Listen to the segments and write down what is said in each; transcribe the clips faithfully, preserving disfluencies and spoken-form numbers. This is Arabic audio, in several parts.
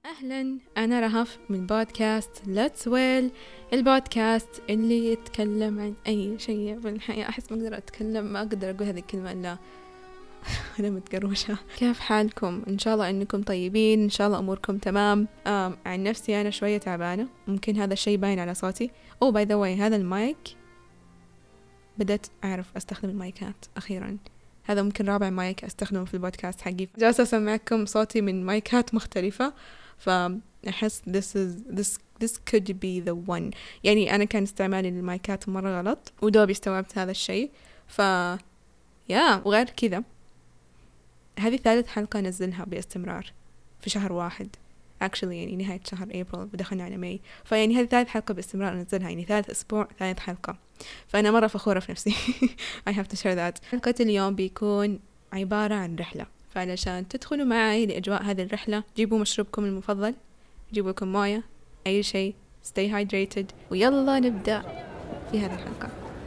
أهلا، أنا رهف من بودكاست Let's Well، البودكاست اللي يتكلم عن أي شيء بالحياة. أحس ما أقدر أتكلم، ما أقدر أقول هذه الكلمة إلا أنا متقروشة. كيف حالكم؟ إن شاء الله أنكم طيبين، إن شاء الله أموركم تمام. آم عن نفسي أنا شوية تعبانة، ممكن هذا الشيء باين على صوتي. أو باي ذا واي، هذا المايك بدأت أعرف أستخدم المايكات أخيرا. هذا ممكن رابع مايك أستخدمه في البودكاست حقي، جالسة أسمعكم صوتي من مايكات مختلفة، فأحس this is this this could be the one. يعني أنا كان استعمالي للمايكات مرة غلط، ودوبي استوعبت هذا الشيء. ف يا وغير كذا، هذه ثالث حلقة أنزلها باستمرار في شهر واحد actually، يعني نهاية شهر أبريل ودخلنا على ماي، فيعني هذه ثالث حلقة باستمرار أنزلها، يعني ثالث أسبوع ثالث حلقة، فأنا مرة فخورة في نفسي. I have to share that. حلقة اليوم بيكون عبارة عن رحلة، فعلشان تدخلوا معي لأجواء هذه الرحلة جيبوا مشروبكم المفضل، جيبوا لكم موية، أي شيء، stay hydrated، ويلا نبدأ في هذه الحلقة.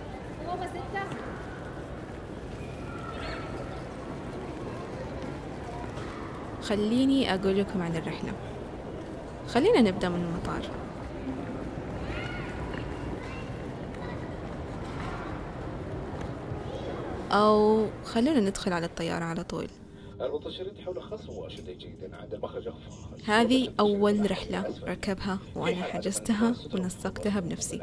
خليني أقول لكم عن الرحلة. خلينا نبدأ من المطار. أو خلونا ندخل على الطيارة على طول. المنتشرين حول خصم وأشد جيدا عند المخرج أخفى. هذه أول رحلة أركبها وأنا حجزتها ونسقتها بنفسي،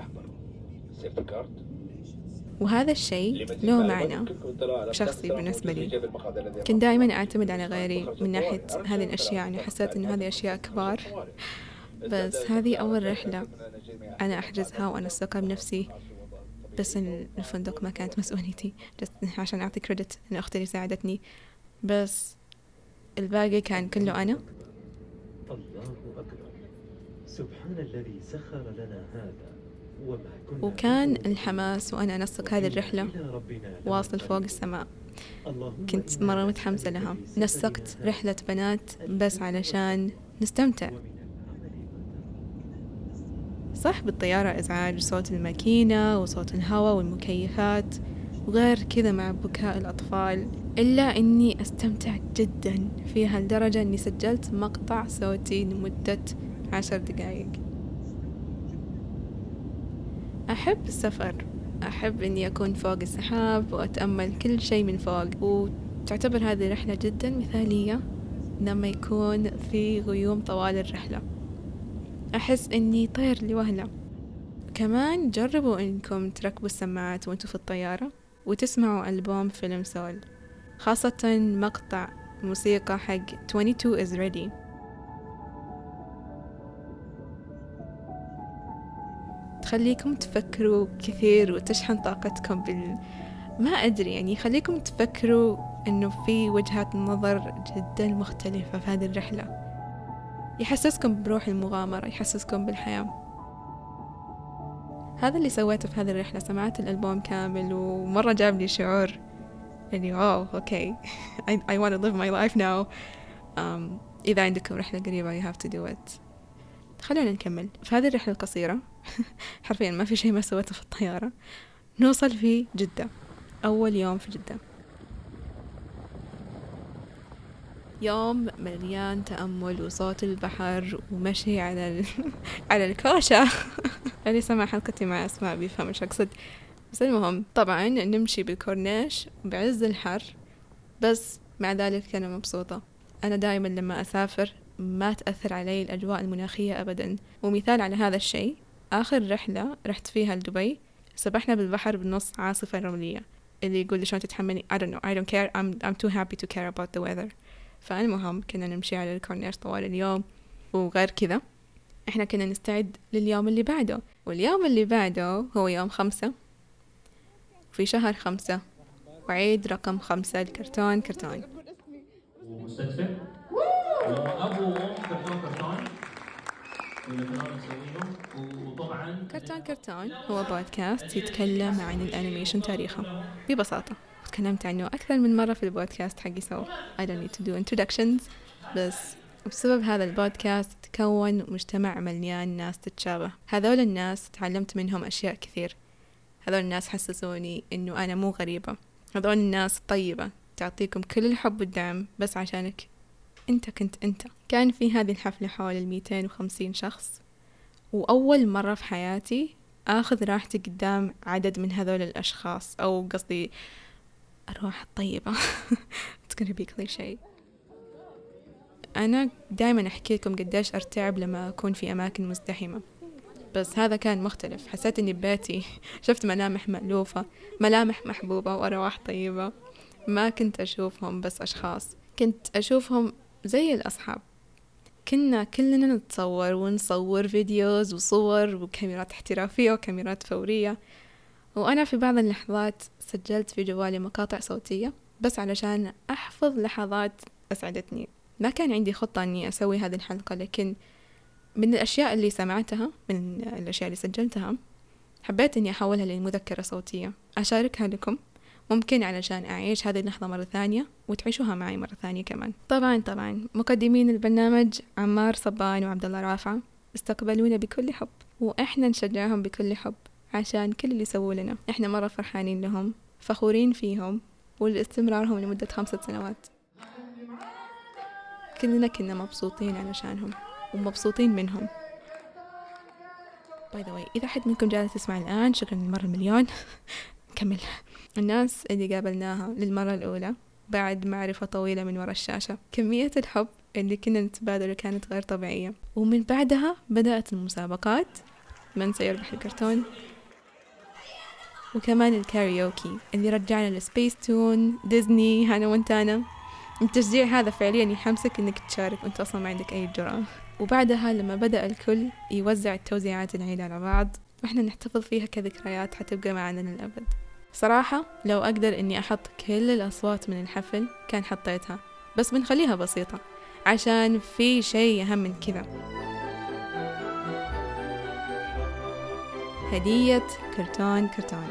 وهذا الشيء له معنى شخصي بالنسبة لي. كنت دائما أعتمد على غيري من ناحية هذه الأشياء، يعني حسيت إنه هذه أشياء كبار، بس هذه أول رحلة أنا أحجزها وأنسقها بنفسي. بس الفندق ما كانت مسؤوليتي، عشان أعطي كريدت إن أختي اللي ساعدتني، بس الباقي كان كله أنا. الله أكبر، سبحان الذي سخر لنا هذا وما كنا. وكان الحماس وأنا أنسق هذه الرحلة واصل فوق السماء. كنت مرة متحمسة لها. نسقت رحلة بنات بس علشان نستمتع. صح بالطيارة إزعاج، صوت الماكينة وصوت الهواء والمكيفات، وغير كذا مع بكاء الأطفال، إلا أني أستمتع جدا في هالدرجة أني سجلت مقطع صوتي لمدة عشر دقائق. أحب السفر، أحب أني أكون فوق السحاب وأتأمل كل شيء من فوق، وتعتبر هذه الرحلة جدا مثالية لما يكون في غيوم طوال الرحلة. أحس أني طير لوهلة. كمان جربوا أنكم تركبوا السماعات وأنتوا في الطيارة وتسمعوا ألبوم فيلم سول، خاصة مقطع موسيقى حق اثنين وعشرين is ready. تخليكم تفكروا كثير وتشحن طاقتكم بال ما أدري، يعني خليكم تفكروا أنه في وجهات نظر جدا مختلفة في هذه الرحلة، يحسسكم بروح المغامرة، يحسسكم بالحياة. هذا اللي سويته في هذه الرحلة. سمعت الألبوم كامل ومرة جاب لي شعور يعني واو أوكي I, I want to live my life now. um, إذا عندكم رحلة قريبة you have to do it. خلونا نكمل في هذه الرحلة القصيرة. حرفيا ما في شيء ما سويته في الطيارة. نوصل في جدة، أول يوم في جدة، يوم مليان تأمل وصوت البحر ومشي على ال... على الكوشة. اللي سمع حلقتي مع أسماء بيفهم إيش أقصد. بس المهم طبعا نمشي بالكورنيش بعز الحر، بس مع ذلك أنا مبسوطة. أنا دائما لما أسافر ما تأثر علي الأجواء المناخية أبدا، ومثال على هذا الشيء آخر رحلة رحت فيها لدبي، سبحنا بالبحر بنص عاصفة رملية. اللي يقول لي شلون تتحملي I don't know I don't care I'm, I'm too happy to care about the weather. فالمهم كنا نمشي على الكورنيش طوال اليوم. وغير كذا احنا كنا نستعد لليوم اللي بعده، واليوم اللي بعده هو يوم خمسة في شهر خمسة، وعيد رقم خمسة الكرتون كرتون. ومستدفئ وأبو وأم كرتون كرتون وطبعا كرتون كرتون هو بودكاست يتكلم عن الأنيميشن تاريخه ببساطة. تكلمت عنه أكثر من مرة في البودكاست حقي، so I don't need to do introductions. بس بسبب هذا البودكاست تكون مجتمع مليان ناس تتشابه. هذول الناس تعلمت منهم أشياء كثير. هذول الناس حسسوني إنه أنا مو غريبة. هذول الناس طيبة تعطيكم كل الحب والدعم بس عشانك أنت كنت أنت. كان في هذه الحفلة حوالي مئتين وخمسين شخص، وأول مرة في حياتي أخذ راحتي قدام عدد من هذول الأشخاص، أو قصدي أرواح طيبة. It's gonna be cliché. أنا دايما أحكي لكم قديش أرتعب لما أكون في أماكن مزدحمة، بس هذا كان مختلف. حسيت إني ببيتي، شفت ملامح مألوفة، ملامح محبوبة وأرواح طيبة. ما كنت أشوفهم بس أشخاص، كنت أشوفهم زي الأصحاب. كنا كلنا نتصور ونصور فيديوز وصور وكاميرات احترافية وكاميرات فورية، وأنا في بعض اللحظات سجلت في جوالي مقاطع صوتية بس علشان أحفظ لحظات أسعدتني. ما كان عندي خطة أني أسوي هذه الحلقة، لكن من الأشياء اللي سمعتها، من الأشياء اللي سجلتها، حبيت أني أحولها لمذكرة صوتية أشاركها لكم، ممكن علشان أعيش هذه اللحظة مرة ثانية وتعيشوها معي مرة ثانية كمان. طبعا طبعا مقدمين البرنامج عمار صبان وعبد الله رافعة استقبلونا بكل حب، وإحنا نشجعهم بكل حب عشان كل اللي سووا لنا. إحنا مرة فرحانين لهم، فخورين فيهم والاستمرارهم لمدة خمسة سنوات. كلنا كنا مبسوطين علشانهم ومبسوطين منهم. باي ذا واي، إذا حد منكم جالس يسمع الآن، شكرا للمرة المليون. كمل. الناس اللي قابلناها للمرة الأولى بعد معرفة طويلة من وراء الشاشة، كمية الحب اللي كنا نتبادل كانت غير طبيعية. ومن بعدها بدأت المسابقات، من سيربح الكرتون، وكمان الكاريوكي اللي رجعنا لسبيس تون، ديزني، هانا مونتانا. التشجيع هذا فعليا يحمسك انك تشارك وانت اصلا ما عندك اي جرأة. وبعدها لما بدأ الكل يوزع التوزيعات العيد على بعض، واحنا نحتفظ فيها كذكريات حتبقى معنا للأبد. صراحة لو أقدر إني أحط كل الأصوات من الحفل كان حطيتها، بس بنخليها بسيطة عشان في شيء أهم من كذا. هدية كرتون كرتون.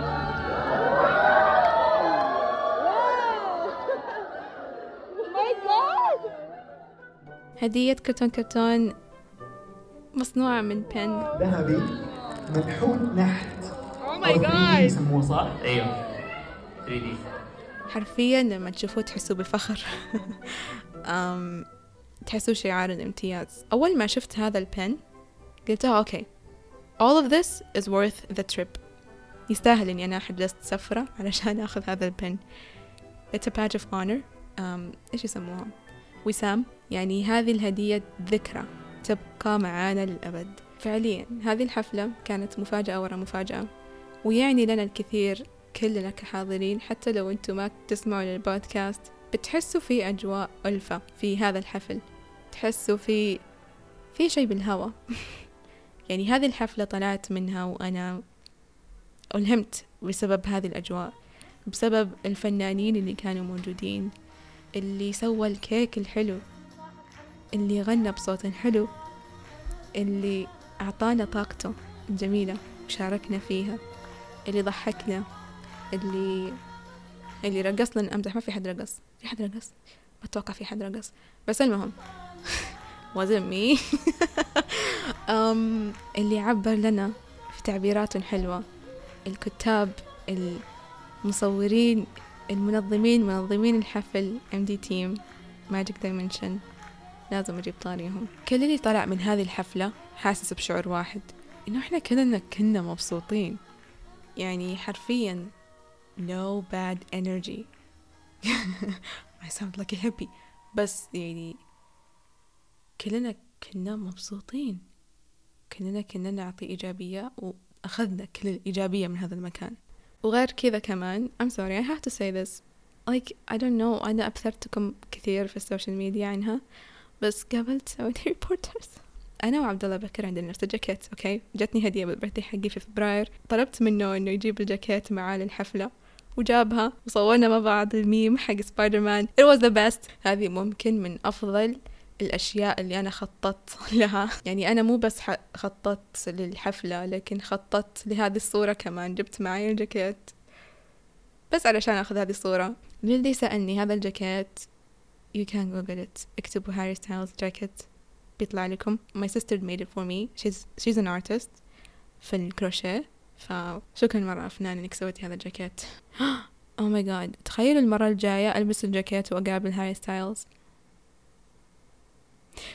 هدية كرتون كرتون مصنوعة من بن ذهبي منحوت نحت. Oh my god. يسموه صح؟ ايوه ثري دي. حرفيا لما تشوفوه تحسوا بفخر. أم تحسوا شعار الامتياز. أول ما شفت هذا البن قلت أوكي all of this is worth the trip. يستاهل إني أنا حجزت سفرة علشان أخذ هذا البن. it's a badge of honor. أم إيش يسموها؟ وسام. يعني هذه الهدية ذكرى تبقى معانا للأبد. فعليا هذه الحفلة كانت مفاجأة ورا مفاجأة، ويعني لنا الكثير كلنا كحاضرين. حتى لو أنتم ما تسمعوا للبودكاست بتحسوا في أجواء ألفة في هذا الحفل، تحسوا في في شيء بالهوى. يعني هذه الحفلة طلعت منها وأنا ألهمت بسبب هذه الأجواء، بسبب الفنانين اللي كانوا موجودين، اللي سوى الكيك الحلو، اللي غنى بصوت حلو، اللي أعطانا طاقته الجميلة وشاركنا فيها، اللي ضحكنا، اللي اللي رقصنا. أمزح، ما في حد رقص. في حد رقص؟ ما أتوقع في حد رقص، بس المهم wasn't me. um, اللي عبر لنا في تعبيرات حلوة، الكتاب، المصورين، المنظمين، منظمين الحفل إم دي تيم، ماجيك دايمنشن، لازم أجيب طاريهم. كل اللي طلع من هذه الحفلة حاسس بشعور واحد، إنه إحنا كلنا كنا مبسوطين. يعني حرفيا no bad energy. I sound like a hippie. بس يعني كلنا كنا مبسوطين، كلنا كنا نعطي إيجابية، وأخذنا كل الإيجابية من هذا المكان. وغير كذا كمان I'm sorry I have to say this, like I don't know، أنا أبثرتكم كثير في السوشيال ميديا عنها، بس قابلت سويت ريبورترز. أنا وعبد الله بكر عندنا نفس الجاكيت. أوكي، جتني هدية بالبرثي حقي في فبراير، طلبت منه إنه يجيب الجاكيت معاه للحفلة وجابها، وصورنا مع بعض الميم حق سبايدر مان. It was the best. هذه ممكن من أفضل الأشياء اللي أنا خططت لها. يعني أنا مو بس خططت للحفلة، لكن خططت لهذه الصورة كمان. جبت معي الجاكيت بس علشان أخذ هذه الصورة. للي سألني هذا الجاكيت you can google it، اكتبوا هاري ستايلز جاكيت بيطلع لكم. my sister made it for me. she's she's an artist في الكروشيه، فشكرا مرة فنان إنك سويتي هذا الجاكيت. oh my god، تخيلوا المرة الجاية ألبس الجاكيت وأقابل هاري ستايلز.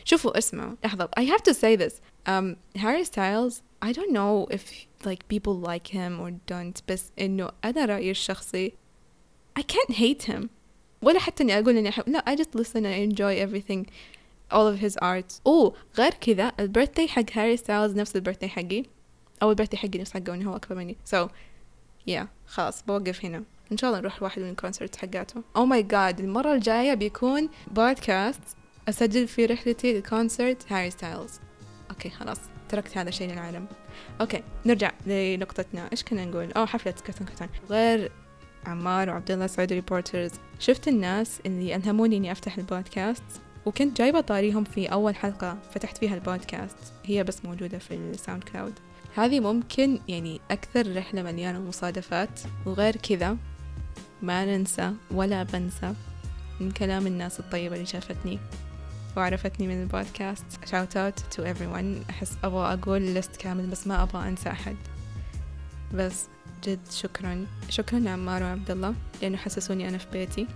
شوفوا اسمعوا لحظة I have to say this um, Harry Styles I don't know if like people like him or don't بس إنه أنا رأيي الشخصي I can't hate him ولا حتى إني أقول إني أحب لا I just listen and enjoy everything all of his art أوه غير كذا البرثدي حق هاري ستايلز نفس البرثدي حقي أو البرثدي حقي نفس حقه إنه هو أكبر مني so yeah خلاص بوقف هنا إن شاء الله نروح واحد من الكونسرت حقاته oh my god المرة الجاية بيكون بودكاست أسجل في رحلتي لكونسرت هاري ستايلز أوكي خلاص تركت هذا الشيء للعالم أوكي نرجع لنقطتنا إيش كنا نقول أو حفلة كرتون كرتون غير عمار وعبد الله السعودي ريبورترز شفت الناس اللي ألهموني إني أفتح البودكاست وكنت جايبة طاريهم في أول حلقة فتحت فيها البودكاست هي بس موجودة في الساوند كلاود هذه ممكن يعني أكثر رحلة مليانة مصادفات وغير كذا ما ننسى ولا بنسى من كلام الناس الطيبة اللي شافتني وعرفتني من البودكاست shout out to everyone أحس أبغى أقول لست كامل بس ما أبغى أنسى أحد بس جد شكرا شكرا لعمار وعبد الله لأنه حسسوني أنا في بيتي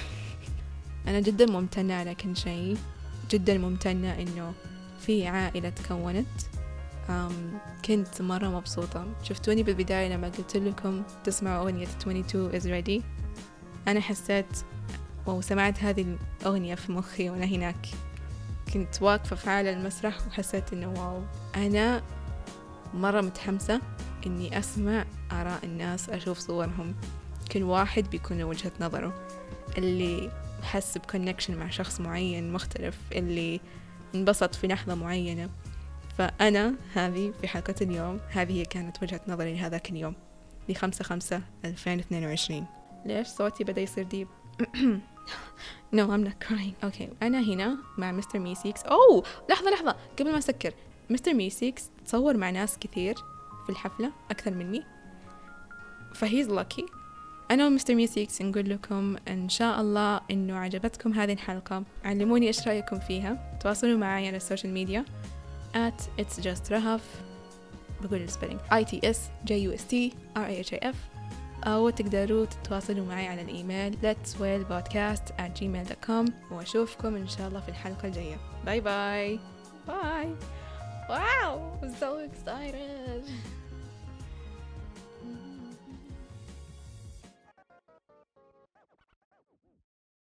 أنا جدا ممتنة على كل شيء جدا ممتنة إنه في عائلة تكونت أم كنت مرة مبسوطة شفتوني بالبداية لما قلت لكم تسمعوا أغنية اثنين وعشرين is ready أنا حسيت وسمعت هذه الأغنية في مخي وأنا هناك كنت واقفة في على المسرح وحسيت إنه واو أنا مرة متحمسة إني أسمع آراء الناس أشوف صورهم كل واحد بيكون له وجهة نظره اللي حس بكونكشن مع شخص معين مختلف اللي انبسط في لحظة معينة فأنا هذه في حلقة اليوم هذه هي كانت وجهة نظري لهذاك اليوم لخمسة خمسة ألفين واثنين وعشرين ليش صوتي بدأ يصير ديب no I'm not crying okay أنا هنا مع مستر ميسيكس أوه لحظة لحظة قبل ما أسكر مستر ميسيكس تصور مع ناس كثير في الحفلة أكثر مني فهيز lucky أنا ومستر ميسيكس نقول لكم إن شاء الله إنه عجبتكم هذه الحلقة علموني إيش رأيكم فيها تواصلوا معي على السوشيال ميديا at it's just رهف بقول السبيلينج I T S J U S T R A H A F أو تقدروا تتواصلوا معي على الإيميل let's well podcast at gmail dot com وأشوفكم إن شاء الله في الحلقة الجاية باي باي باي wow I'm so excited